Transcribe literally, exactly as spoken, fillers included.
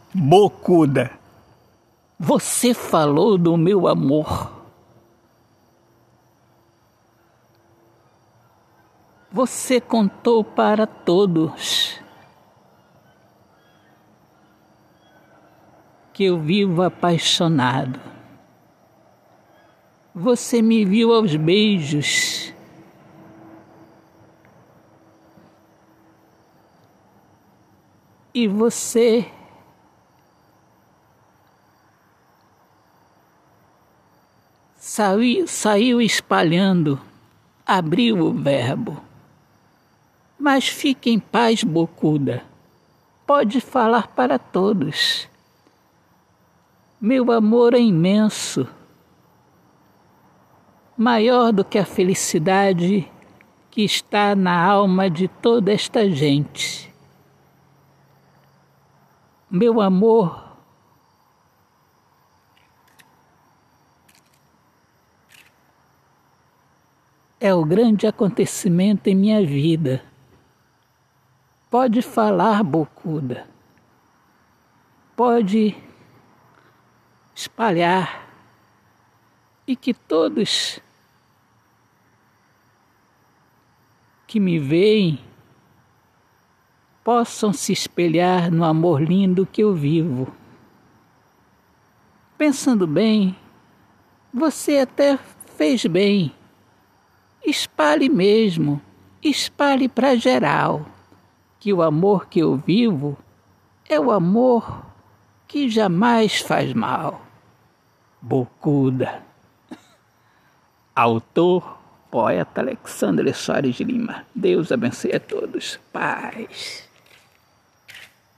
bocuda. Você falou do meu amor. Você contou para todos que eu vivo apaixonado. Você me viu aos beijos. E você saiu, saiu espalhando, abriu o verbo. Mas fique em paz, bocuda. Pode falar para todos. Meu amor é imenso, maior do que a felicidade que está na alma de toda esta gente. Meu amor é o grande acontecimento em minha vida. Pode falar, bocuda. Pode espalhar. E que todos que me veem possam se espelhar no amor lindo que eu vivo. Pensando bem, você até fez bem. Espalhe mesmo, espalhe para geral, que o amor que eu vivo é o amor que jamais faz mal. Bocuda. Autor, poeta Alexandre Soares de Lima. Deus abençoe a todos. Paz.